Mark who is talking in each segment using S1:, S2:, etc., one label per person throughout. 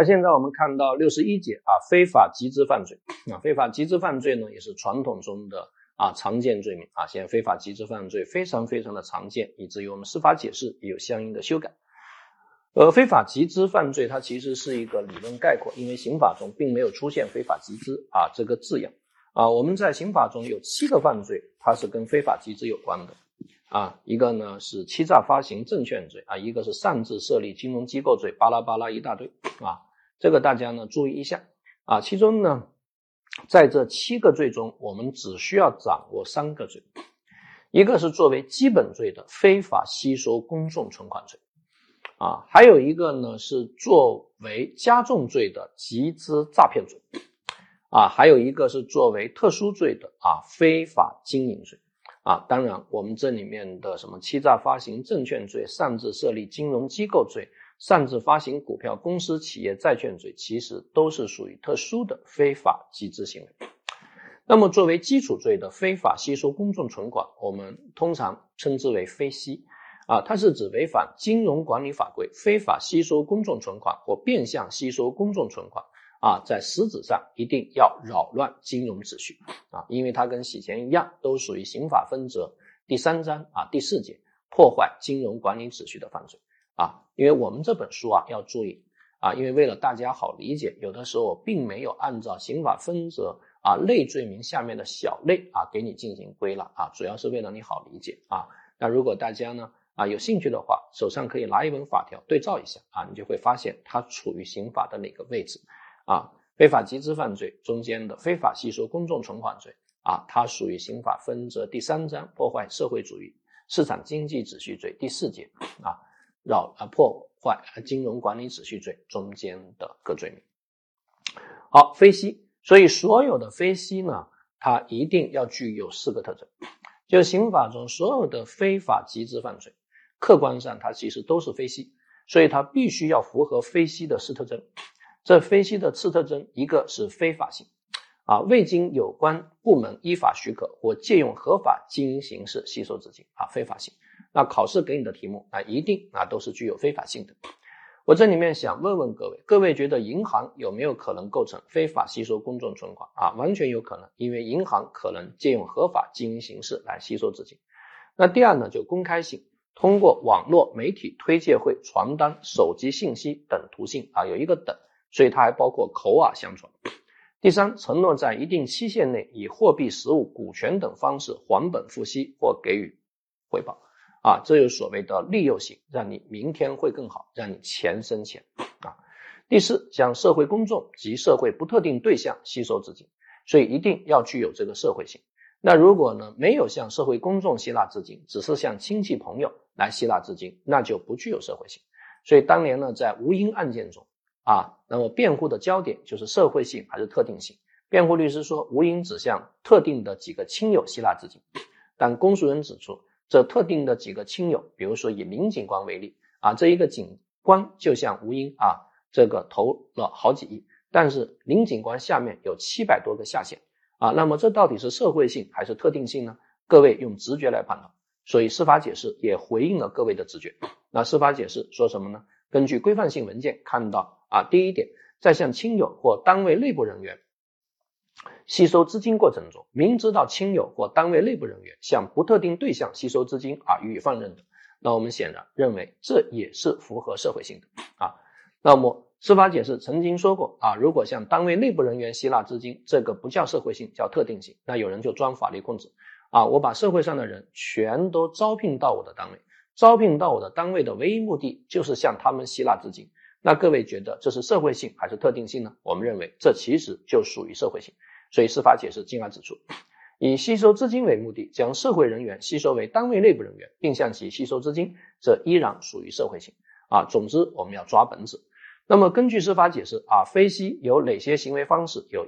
S1: 那现在我们看到61节非法集资犯罪非法集资犯罪呢也是传统中的常见罪名现在非法集资犯罪非常非常的常见，以至于我们司法解释也有相应的修改。非法集资犯罪它其实是一个理论概括，因为刑法中并没有出现非法集资这个字样我们在刑法中有7个犯罪，它是跟非法集资有关的一个呢是欺诈发行证券罪一个是擅自设立金融机构罪，巴拉巴拉一大堆这个大家呢注意一下其中呢在这7个罪中，我们只需要掌握3个罪，一个是作为基本罪的非法吸收公众存款罪还有一个呢是作为加重罪的集资诈骗罪还有一个是作为特殊罪的非法经营罪当然我们这里面的什么欺诈发行证券罪、擅自设立金融机构罪、擅自发行股票公司企业债券罪，其实都是属于特殊的非法集资行为。那么作为基础罪的非法吸收公众存款，我们通常称之为非吸它是指违反金融管理法规，非法吸收公众存款或变相吸收公众存款在实质上一定要扰乱金融秩序因为它跟洗钱一样，都属于刑法分则第3章第4节破坏金融管理秩序的犯罪因为我们这本书要注意因为为了大家好理解，有的时候我并没有按照刑法分则类罪名下面的小类给你进行归纳主要是为了你好理解那如果大家呢有兴趣的话，手上可以拿一本法条对照一下你就会发现它处于刑法的哪个位置非法集资犯罪中间的非法吸收公众存款罪它属于刑法分则第3章破坏社会主义市场经济秩序罪第4节破坏金融管理秩序罪中间的各罪名。好，非吸，所以所有的非吸呢，它一定要具有4个特征，就是刑法中所有的非法集资犯罪客观上它其实都是非吸，所以它必须要符合非吸的4特征。这非吸的4特征，一个是非法性未经有关部门依法许可或借用合法经营形式吸收资金非法性。那考试给你的题目一定都是具有非法性的。我这里面想问问各位觉得银行有没有可能构成非法吸收公众存款完全有可能，因为银行可能借用合法经营形式来吸收资金。那第二呢，就公开性，通过网络媒体推介会、传单、手机信息等途径有一个等，所以它还包括口耳相传。第三，承诺在一定期限内以货币实物、股权等方式还本付息或给予回报这有所谓的利诱性，让你明天会更好，让你钱生钱第四，向社会公众及社会不特定对象吸收资金，所以一定要具有这个社会性。那如果呢没有向社会公众吸纳资金，只是向亲戚朋友来吸纳资金，那就不具有社会性。所以当年呢在吴英案件中那么辩护的焦点就是社会性还是特定性。辩护律师说吴英只向特定的几个亲友吸纳资金，但公诉人指出这特定的几个亲友，比如说以林警官为例这一个警官就向吴英这个投了好几亿，但是林警官下面有700多个下线那么这到底是社会性还是特定性呢？各位用直觉来判断。所以司法解释也回应了各位的直觉。那司法解释说什么呢？根据规范性文件看到第一点，在向亲友或单位内部人员吸收资金过程中，明知道亲友或单位内部人员向不特定对象吸收资金予以放任的，那我们显然认为这也是符合社会性的那么司法解释曾经说过如果向单位内部人员吸纳资金，这个不叫社会性，叫特定性。那有人就钻法律空子我把社会上的人全都招聘到我的单位，招聘到我的单位的唯一目的就是向他们吸纳资金。那各位觉得这是社会性还是特定性呢？我们认为这其实就属于社会性。所以司法解释进而指出，以吸收资金为目的，将社会人员吸收为单位内部人员，并向其吸收资金，这依然属于社会性总之我们要抓本质。那么根据司法解释非吸有哪些行为方式？有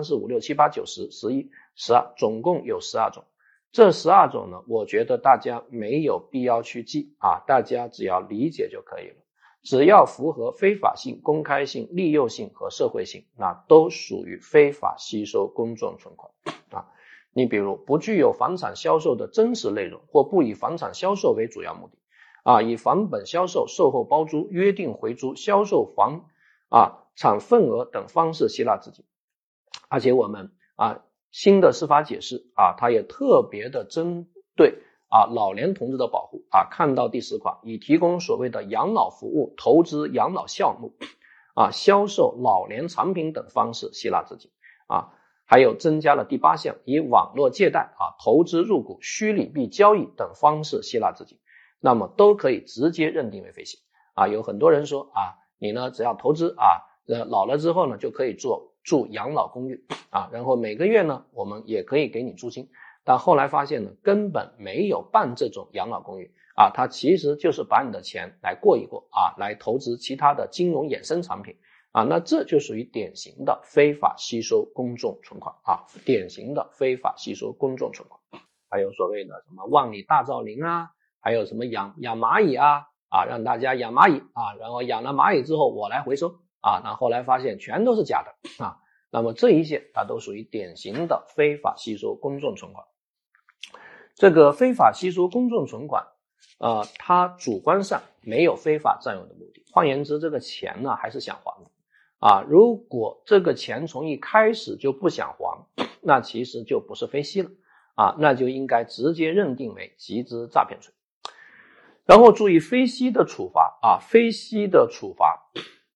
S1: 1、2、3、4、5、6、7、8、9、10、11、12，总共有12种。这12种呢，我觉得大家没有必要去记大家只要理解就可以了。只要符合非法性、公开性、利诱性和社会性，那都属于非法吸收公众存款你比如不具有房产销售的真实内容，或不以房产销售为主要目的以房本销售、售后包租、约定回租、销售房产份额等方式吸纳资金。而且我们新的司法解释它也特别的针对老年同志的保护看到第10款，以提供所谓的养老服务、投资养老项目销售老年产品等方式吸纳资金还有增加了第8项，以网络借贷投资入股、虚拟币交易等方式吸纳资金，那么都可以直接认定为非息有很多人说你呢只要投资老了之后呢就可以住养老公寓然后每个月呢我们也可以给你租金，但后来发现呢根本没有办这种养老公寓它其实就是把你的钱来过一过来投资其他的金融衍生产品那这就属于典型的非法吸收公众存款典型的非法吸收公众存款。还有所谓的什么万里大造林还有什么养蚂蚁让大家养蚂蚁然后养了蚂蚁之后我来回收那后来发现全都是假的那么这一些都属于典型的非法吸收公众存款。这个非法吸收公众存款它主观上没有非法占有的目的，换言之这个钱呢还是想还的如果这个钱从一开始就不想还，那其实就不是非息了那就应该直接认定为集资诈骗罪。然后注意非息的处罚非息的处罚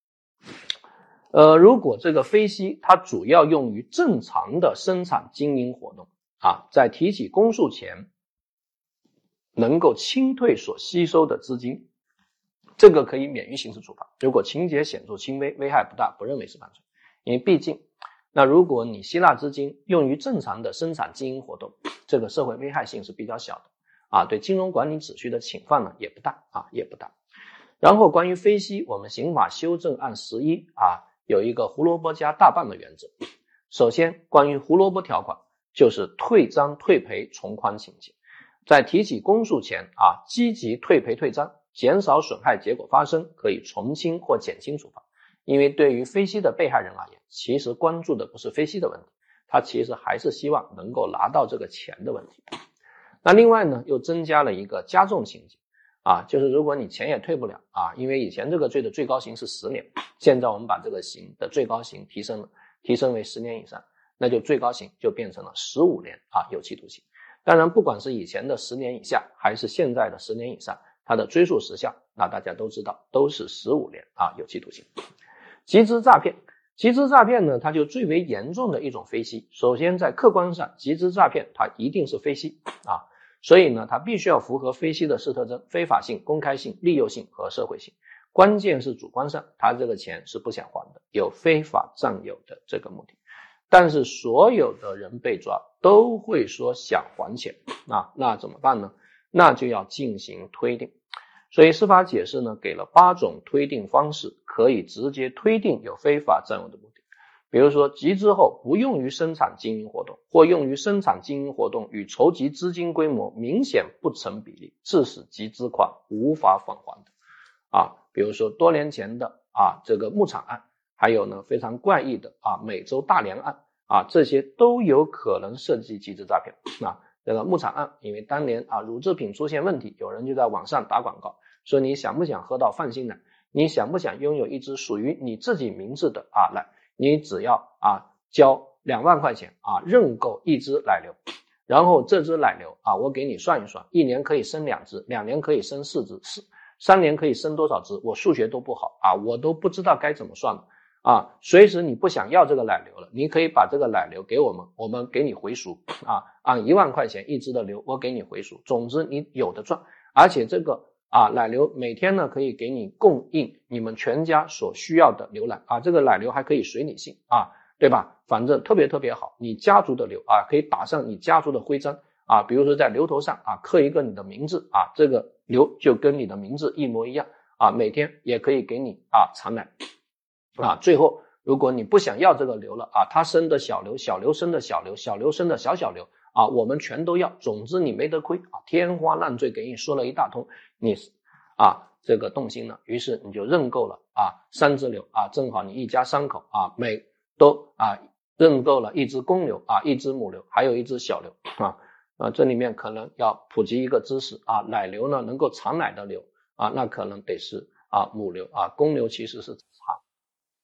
S1: 如果这个非息它主要用于正常的生产经营活动在提起公诉前能够清退所吸收的资金，这个可以免于刑事处罚。如果情节显著轻微，危害不大，不认为是犯罪。因为毕竟那如果你吸纳资金用于正常的生产经营活动，这个社会危害性是比较小的对金融管理秩序的侵犯呢也不大也不大。然后关于非息，我们刑法修正案11有一个胡萝卜加大半的原则。首先关于胡萝卜条款，就是退赃退赔从宽情节，在提起公诉前积极退赔退赃，减少损害结果发生，可以从轻或减轻处罚。因为对于非息的被害人而言，其实关注的不是非息的问题，他其实还是希望能够拿到这个钱的问题。那另外呢又增加了一个加重情节就是如果你钱也退不了因为以前这个罪的最高刑是10年，现在我们把这个刑的最高刑提升为10年以上，那就最高刑就变成了15年有期徒刑。当然不管是以前的10年以下还是现在的10年以上，它的追诉时效那大家都知道都是15年有期徒刑。集资诈骗呢它就最为严重的一种非息。首先在客观上集资诈骗它一定是非息所以呢它必须要符合非息的4特征：非法性、公开性、利诱性和社会性。关键是主观上他这个钱是不想还的，有非法占有的这个目的。但是所有的人被抓都会说想还钱那怎么办呢？那就要进行推定。所以司法解释呢给了8种推定方式，可以直接推定有非法占有的目的。比如说集资后不用于生产经营活动，或用于生产经营活动与筹集资金规模明显不成比例，致使集资款无法返还的比如说多年前的这个牧场案，还有呢非常怪异的美洲大连案这些都有可能涉及集资诈骗这个牧场案，因为当年乳制品出现问题，有人就在网上打广告，说你想不想喝到放心奶，你想不想拥有一支属于你自己名字的奶，你只要交2万块钱认购一支奶牛，然后这支奶牛我给你算一算，1年可以生2只，2年可以生4只，3年可以生多少只，我数学都不好我都不知道该怎么算了随时你不想要这个奶牛了，你可以把这个奶牛给我们，我们给你回赎按1万块钱一只的牛我给你回赎，总之你有的赚。而且这个奶牛每天呢可以给你供应你们全家所需要的牛奶这个奶牛还可以随你姓对吧？反正特别特别好，你家族的牛可以打上你家族的徽章比如说在牛头上刻一个你的名字这个牛就跟你的名字一模一样每天也可以给你产奶最后如果你不想要这个牛了它生的小牛，小牛生的小牛，小牛生的小小牛我们全都要，总之你没得亏天花乱坠给你说了一大通，你这个动心了，于是你就认购了3只牛正好你一家3口每都认购了1只公牛1只母牛，还有1只小牛这里面可能要普及一个知识奶牛呢能够产奶的牛那可能得是母牛公牛其实是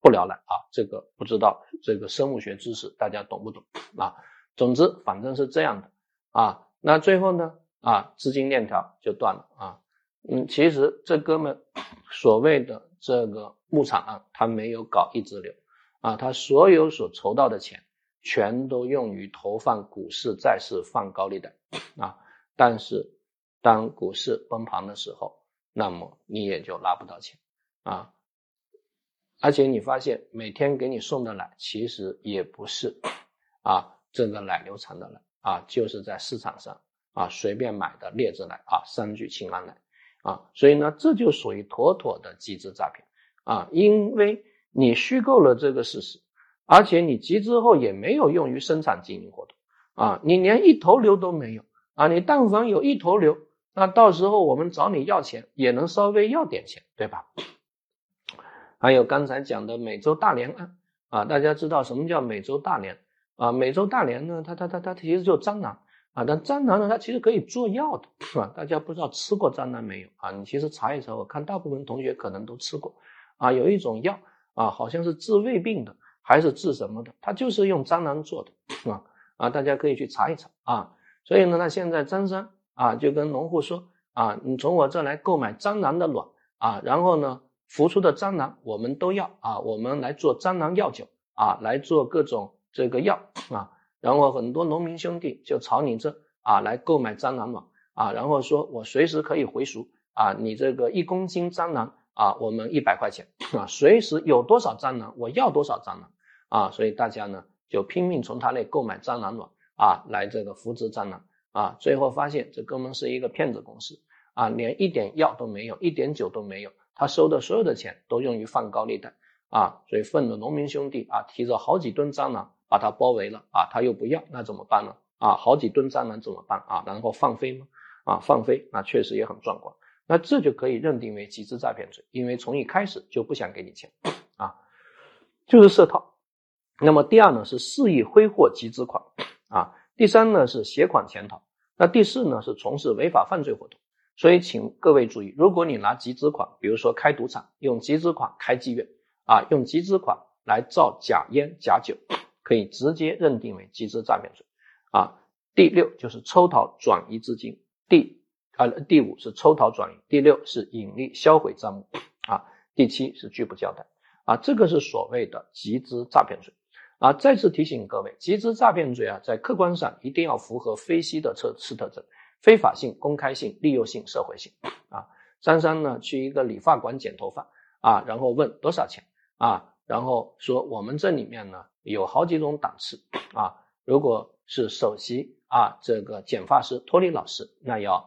S1: 不聊了啊，这个不知道这个生物学知识大家懂不懂啊？总之反正是这样的啊。那最后呢资金链条就断了啊。其实这哥们所谓的这个牧场案，他没有搞一直流啊，他所有所筹到的钱全都用于投放股市、债市、放高利贷啊。但是当股市崩盘的时候，那么你也就拿不到钱啊。而且你发现每天给你送的奶其实也不是这个奶牛场的奶就是在市场上随便买的劣质奶三聚氰胺奶所以呢这就属于妥妥的集资诈骗因为你虚构了这个事实，而且你集资后也没有用于生产经营活动你连一头牛都没有你但凡有一头牛，那到时候我们找你要钱也能稍微要点钱，对吧？还有刚才讲的美洲大蠊案大家知道什么叫美洲大蠊美洲大蠊呢它其实就蟑螂但蟑螂呢它其实可以做药的大家不知道吃过蟑螂没有你其实查一查，我看大部分同学可能都吃过有一种药好像是治胃病的还是治什么的，它就是用蟑螂做的大家可以去查一查所以呢那现在张三就跟农户说你从我这来购买蟑螂的卵然后呢孵出的蟑螂我们都要我们来做蟑螂药酒来做各种这个药然后很多农民兄弟就朝你这来购买蟑螂卵然后说我随时可以回赎你这个1公斤蟑螂我们100块钱随时有多少蟑螂我要多少蟑螂所以大家呢就拼命从他那购买蟑螂卵来这个扶植蟑螂最后发现这哥们是一个骗子公司连一点药都没有，一点酒都没有，他收的所有的钱都用于放高利贷所以愤怒农民兄弟提着好几吨蟑螂把他包围了他又不要，那怎么办呢好几吨蟑螂怎么办然后放飞吗放飞那确实也很壮观，那这就可以认定为集资诈骗罪，因为从一开始就不想给你钱就是设套。那么第二呢是肆意挥霍集资款第三呢是携款潜逃，那第四呢是从事违法犯罪活动。所以请各位注意，如果你拿集资款比如说开赌场，用集资款开妓院用集资款来造假烟假酒，可以直接认定为集资诈骗罪第六就是抽逃转移资金，第五是抽逃转移，第六是隐匿销毁账目第七是拒不交代这个是所谓的集资诈骗罪再次提醒各位，集资诈骗罪在客观上一定要符合分析的四特征：非法性、公开性、利诱性、社会性张三呢去一个理发馆剪头发然后问多少钱然后说我们这里面呢有好几种档次如果是首席这个剪发师托尼老师，那要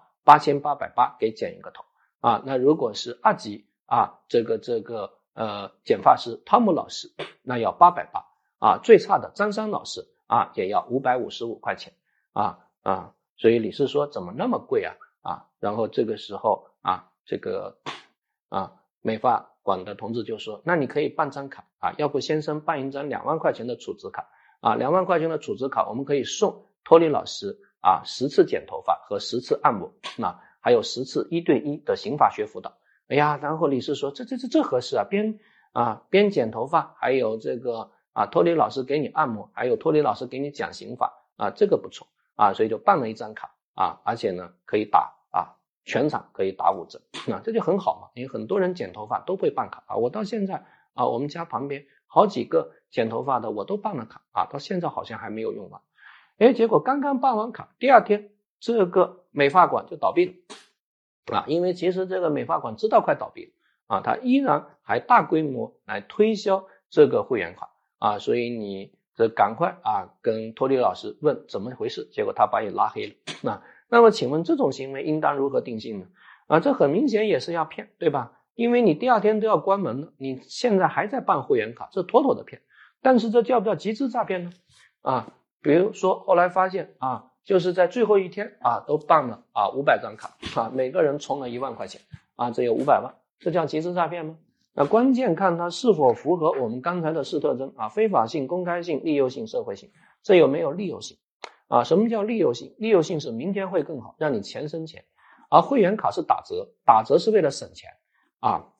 S1: 8880给剪一个头那如果是二级这个剪发师汤姆老师，那要880最差的张三老师也要555块钱所以李四说怎么那么贵然后这个时候这个美发馆的同志就说，那你可以办张卡要不先生办一张2万块钱的储值卡2万块钱的储值卡，我们可以送托尼老师10次剪头发和10次按摩还有10次1对1的刑法学辅导。哎呀，然后李四说这合适边剪头发，还有这个托尼老师给你按摩，还有托尼老师给你讲刑法这个不错所以就办了一张卡而且呢可以打全场可以打5折这就很好嘛，因为很多人剪头发都会办卡我到现在我们家旁边好几个剪头发的我都办了卡到现在好像还没有用完结果刚刚办完卡，第二天这个美发馆就倒闭了因为其实这个美发馆知道快倒闭了他依然还大规模来推销这个会员卡所以你这赶快跟托尼老师问怎么回事，结果他把你拉黑了那么请问这种行为应当如何定性呢这很明显也是要骗，对吧？因为你第二天都要关门了，你现在还在办会员卡，这妥妥的骗。但是这叫不叫集资诈骗呢比如说后来发现就是在最后一天都办了500张卡每个人充了1万块钱这有500万，这叫集资诈骗吗？那关键看它是否符合我们刚才的4特征非法性、公开性、利诱性、社会性，这有没有利诱性什么叫利诱性？利诱性是明天会更好，让你钱生钱，而会员卡是打折，打折是为了省钱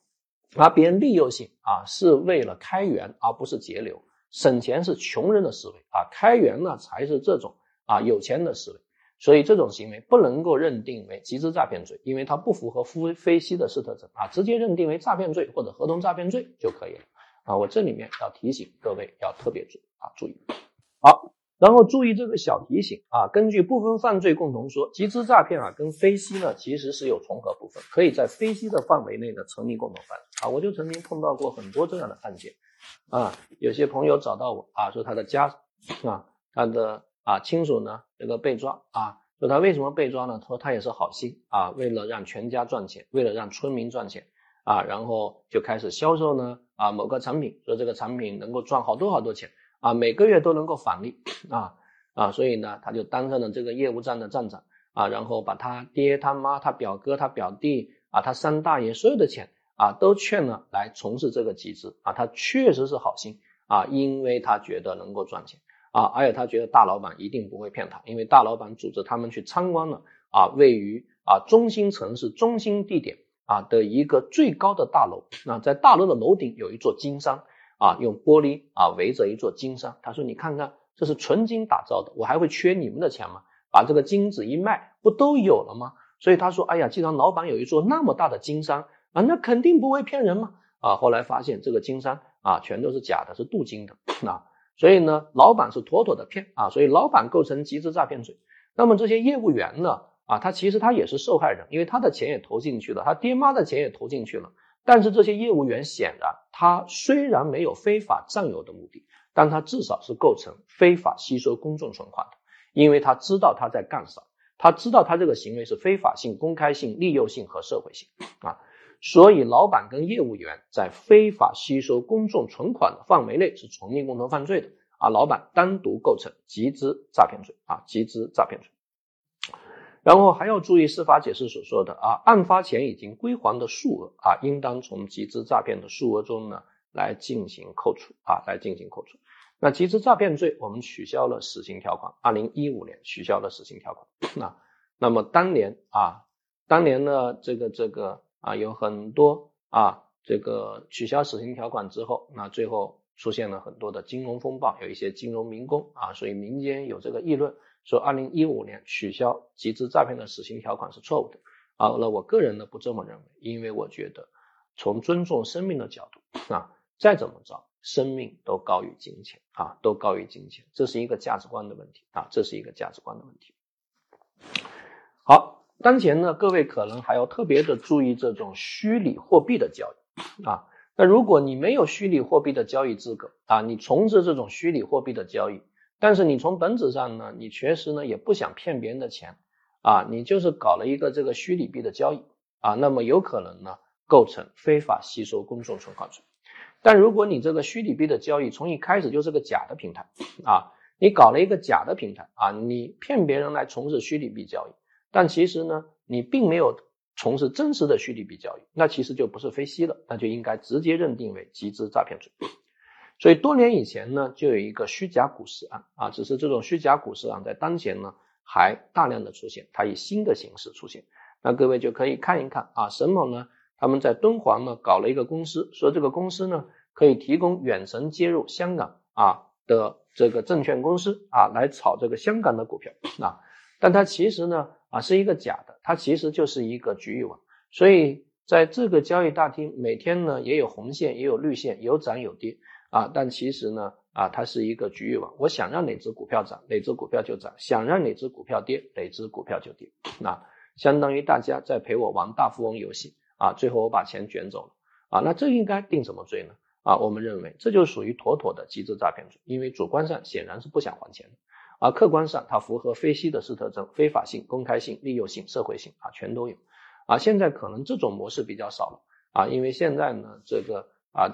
S1: 而别人利诱性啊是为了开源而不是节流，省钱是穷人的思维啊，开源呢才是这种啊有钱人的思维。所以这种行为不能够认定为集资诈骗罪，因为它不符合非息的4特征啊，直接认定为诈骗罪或者合同诈骗罪就可以了啊。我这里面要提醒各位要特别注意。好，然后注意这个小提醒啊，根据部分犯罪共同说，集资诈骗啊跟非息呢其实是有重合部分，可以在非息的范围内呢成立共同犯罪啊。我就曾经碰到过很多这样的案件啊，有些朋友找到我啊，说他的他的亲属呢这个被抓啊，说他为什么被抓呢？他说他也是好心啊，为了让全家赚钱，为了让村民赚钱啊，然后就开始销售呢某个产品，说这个产品能够赚好多钱啊，每个月都能够返利所以呢他就担任了这个业务站的站长啊，然后把他爹他妈他表哥他表弟他三大爷所有的钱都劝了来从事这个集资他确实是好心因为他觉得能够赚钱而且他觉得大老板一定不会骗他，因为大老板组织他们去参观了位于中心城市中心地点的一个最高的大楼。那在大楼的楼顶有一座金山用玻璃围着一座金山。他说你看看，这是纯金打造的，我还会缺你们的钱吗？把这个金子一卖不都有了吗？所以他说哎呀，既然老板有一座那么大的金山那肯定不会骗人嘛后来发现这个金山全都是假的，是镀金的所以呢老板是妥妥的骗所以老板构成集资诈骗罪。那么这些业务员呢他其实他也是受害人，因为他的钱也投进去了，他爹妈的钱也投进去了，但是这些业务员显然他虽然没有非法占有的目的，但他至少是构成非法吸收公众存款的，因为他知道他在干啥，他知道他这个行为是非法性、公开性、利诱性和社会性所以老板跟业务员在非法吸收公众存款的范围内是从立共同犯罪的老板单独构成集资诈骗罪集资诈骗罪。然后还要注意司法解释所说的案发前已经归还的数额应当从集资诈骗的数额中呢来进行扣除那集资诈骗罪我们取消了死刑条款，2015年取消了死刑条款那么当年呢这个有很多这个取消死刑条款之后，那最后出现了很多的金融风暴，有一些金融民工所以民间有这个议论说2015年取消集资诈骗的死刑条款是错误的那我个人呢不这么认为，因为我觉得从尊重生命的角度再怎么着生命都高于金钱都高于金钱，这是一个价值观的问题这是一个价值观的问题。好，当前呢各位可能还要特别的注意这种虚拟货币的交易那如果你没有虚拟货币的交易资格你从事这种虚拟货币的交易，但是你从本质上呢你确实呢也不想骗别人的钱你就是搞了一个这个虚拟币的交易那么有可能呢构成非法吸收公众存款罪。但如果你这个虚拟币的交易从一开始就是个假的平台你搞了一个假的平台你骗别人来从事虚拟币交易，但其实呢你并没有从事真实的虚拟币交易，那其实就不是非息了，那就应该直接认定为集资诈骗罪。所以多年以前呢就有一个虚假股市案只是这种虚假股市案在当前呢还大量的出现，它以新的形式出现。那各位就可以看一看沈某呢他们在敦煌呢搞了一个公司，说这个公司呢可以提供远程接入香港的这个证券公司来炒这个香港的股票但它其实呢是一个假的，它其实就是一个局域网。所以在这个交易大厅每天呢也有红线也有绿线，有涨有跌但其实呢它是一个局域网，我想让哪只股票涨哪只股票就涨，想让哪只股票跌哪只股票就跌相当于大家在陪我玩大富翁游戏最后我把钱卷走了那这应该定什么罪呢我们认为这就属于妥妥的集资诈骗罪，因为主观上显然是不想还钱的客观上它符合非息的4特征，非法性、公开性、利诱性、社会性全都有现在可能这种模式比较少了因为现在呢这个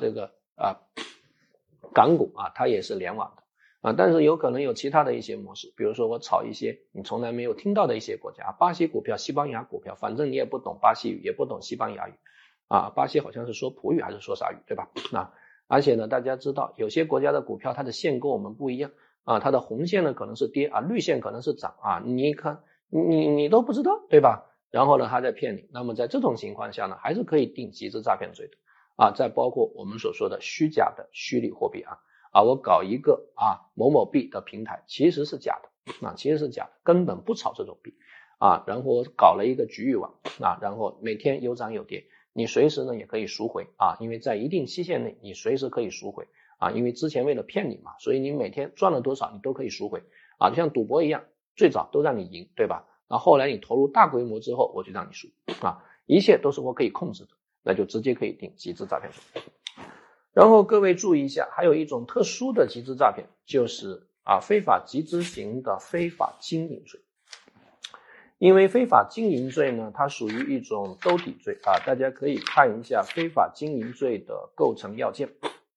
S1: 港股它也是联网的但是有可能有其他的一些模式，比如说我炒一些你从来没有听到的一些国家，巴西股票、西班牙股票，反正你也不懂巴西语也不懂西班牙语巴西好像是说葡语还是说啥语对吧而且呢大家知道有些国家的股票它的线跟我们不一样它的红线呢可能是跌绿线可能是涨你看你都不知道对吧，然后呢他在骗你，那么在这种情况下呢还是可以定集资诈骗罪的再包括我们所说的虚假的虚拟货币我搞一个某某币的平台，其实是假的其实是假的，根本不炒这种币然后我搞了一个局域网然后每天有涨有跌，你随时呢也可以赎回因为在一定期限内你随时可以赎回因为之前为了骗你嘛，所以你每天赚了多少你都可以赎回就像赌博一样，最早都让你赢，对吧？然后后来你投入大规模之后，我就让你输一切都是我可以控制的，那就直接可以定集资诈骗罪。然后各位注意一下，还有一种特殊的集资诈骗，就是非法集资型的非法经营罪。因为非法经营罪呢，它属于一种兜底罪大家可以看一下非法经营罪的构成要件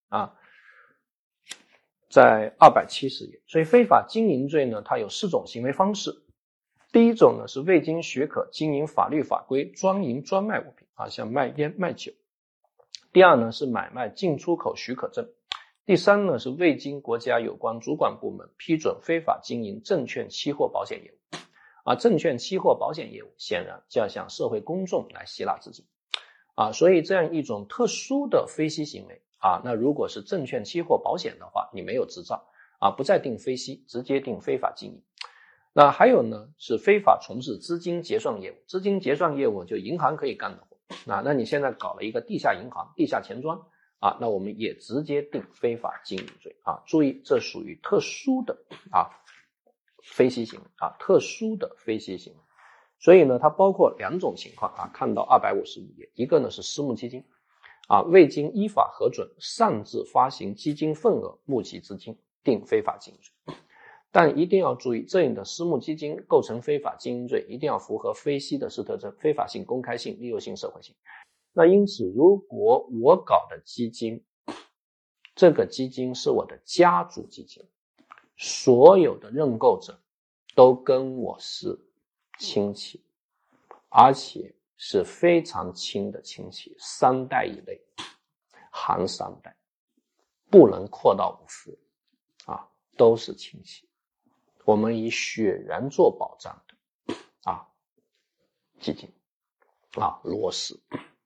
S1: 在270页。所以非法经营罪呢，它有4种行为方式。第一种呢是未经许可经营法律法规专营专卖物品像卖烟卖酒。第二呢是买卖进出口许可证。第三呢是未经国家有关主管部门批准非法经营证券期货保险业务证券期货保险业务显然就要向社会公众来吸纳资金所以这样一种特殊的非息行为那如果是证券期货保险的话，你没有执照不再定非息，直接定非法经营。那还有呢是非法从事资金结算业务。资金结算业务就银行可以干的活那你现在搞了一个地下银行、地下钱庄那我们也直接定非法经营罪注意这属于特殊的非息行为特殊的非息行为。所以呢它包括2种情况看到255页。一个呢是私募基金未经依法核准擅自发行基金份额募集资金，定非法经营罪。但一定要注意，这样的私募基金构成非法经营罪，一定要符合非息的4特征：非法性、公开性、利诱性、社会性。那因此如果我搞的基金，这个基金是我的家族基金，所有的认购者都跟我是亲戚，而且是非常亲的亲戚，3代以内，含3代，不能扩到5夫都是亲戚。我们以血缘做保障的基金罗氏，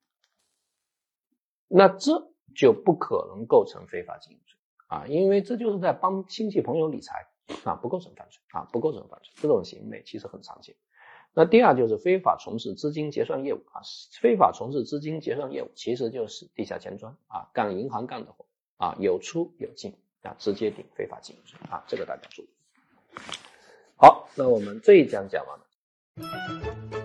S1: 那这就不可能构成非法经营罪因为这就是在帮亲戚朋友理财不构成犯罪不构成犯罪。这种行为其实很常见。那第二就是非法从事资金结算业务非法从事资金结算业务其实就是地下钱庄干银行干的活有出有进直接定非法经营罪这个大家注意。好，那我们这一讲讲完了。